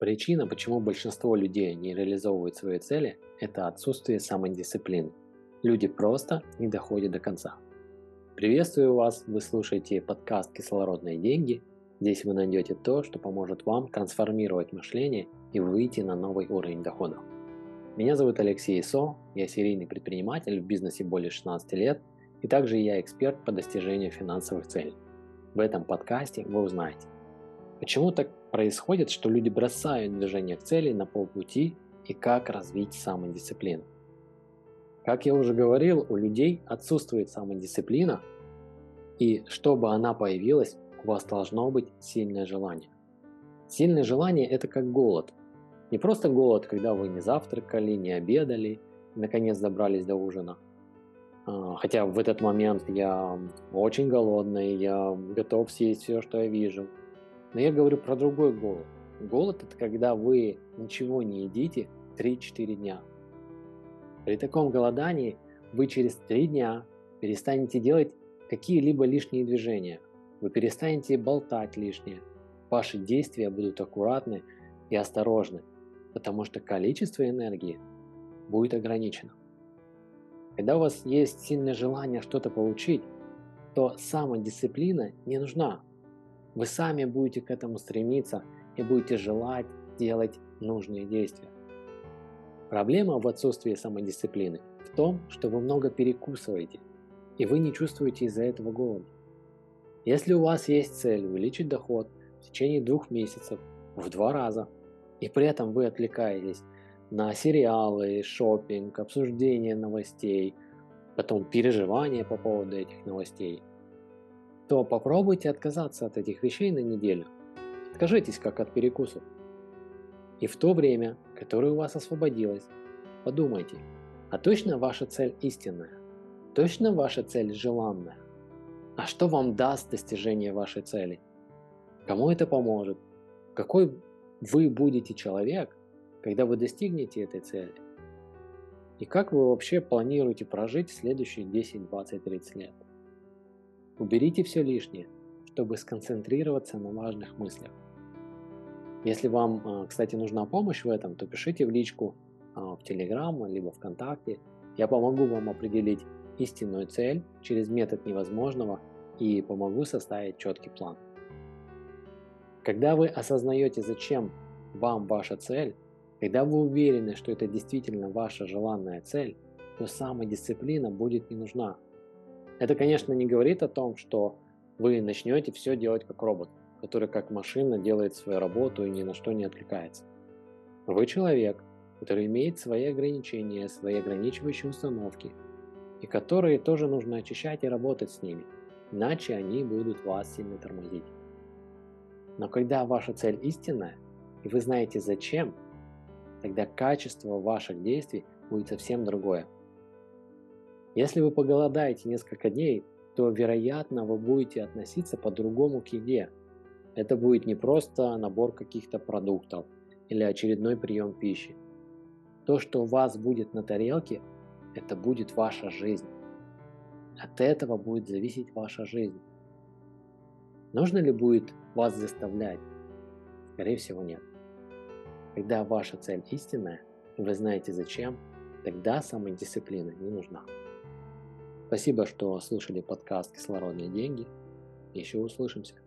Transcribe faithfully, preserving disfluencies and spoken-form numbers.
Причина, почему большинство людей не реализовывают свои цели, это отсутствие самодисциплины. Люди просто не доходят до конца. Приветствую вас, вы слушаете подкаст «Кислородные деньги». Здесь вы найдете то, что поможет вам трансформировать мышление и выйти на новый уровень доходов. Меня зовут Алексей Со, я серийный предприниматель в бизнесе более шестнадцати лет, и также я эксперт по достижению финансовых целей. В этом подкасте вы узнаете, почему так происходит, что люди бросают движение к цели на полпути и как развить самодисциплину. Как я уже говорил, у людей отсутствует самодисциплина, и чтобы она появилась, у вас должно быть сильное желание. Сильное желание – это как голод. Не просто голод, когда вы не завтракали, не обедали, и наконец добрались до ужина. Хотя в этот момент я очень голодный, я готов съесть все, что я вижу. Но я говорю про другой голод. Голод – это когда вы ничего не едите три-четыре дня. При таком голодании вы через три дня перестанете делать какие-либо лишние движения. Вы перестанете болтать лишнее. Ваши действия будут аккуратны и осторожны, потому что количество энергии будет ограничено. Когда у вас есть сильное желание что-то получить, то самодисциплина не нужна. Вы сами будете к этому стремиться и будете желать делать нужные действия. Проблема в отсутствии самодисциплины в том, что вы много перекусываете, и вы не чувствуете из-за этого голода. Если у вас есть цель увеличить доход в течение двух месяцев в два раза, и при этом вы отвлекаетесь на сериалы, шопинг, обсуждение новостей, потом переживания по поводу этих новостей, то попробуйте отказаться от этих вещей на неделю. Откажитесь как от перекусов. И в то время, которое у вас освободилось, подумайте, а точно ваша цель истинная? Точно ваша цель желанная? А что вам даст достижение вашей цели? Кому это поможет? Какой вы будете человек, когда вы достигнете этой цели? И как вы вообще планируете прожить следующие десять, двадцать, тридцать лет? Уберите все лишнее, чтобы сконцентрироваться на важных мыслях. Если вам, кстати, нужна помощь в этом, то пишите в личку в Telegram либо ВКонтакте. Я помогу вам определить истинную цель через метод невозможного и помогу составить четкий план. Когда вы осознаете, зачем вам ваша цель, когда вы уверены, что это действительно ваша желанная цель, то самодисциплина будет не нужна. Это, конечно, не говорит о том, что вы начнете все делать как робот, который как машина делает свою работу и ни на что не отвлекается. Вы человек, который имеет свои ограничения, свои ограничивающие установки, и которые тоже нужно очищать и работать с ними, иначе они будут вас сильно тормозить. Но когда ваша цель истинная, и вы знаете зачем, тогда качество ваших действий будет совсем другое. Если вы поголодаете несколько дней, то, вероятно, вы будете относиться по-другому к еде. Это будет не просто набор каких-то продуктов или очередной прием пищи. То, что у вас будет на тарелке, это будет ваша жизнь. От этого будет зависеть ваша жизнь. Нужно ли будет вас заставлять? Скорее всего, нет. Когда ваша цель истинная, и вы знаете зачем, тогда самодисциплина не нужна. Спасибо, что слушали подкаст «Кислородные деньги». Еще услышимся.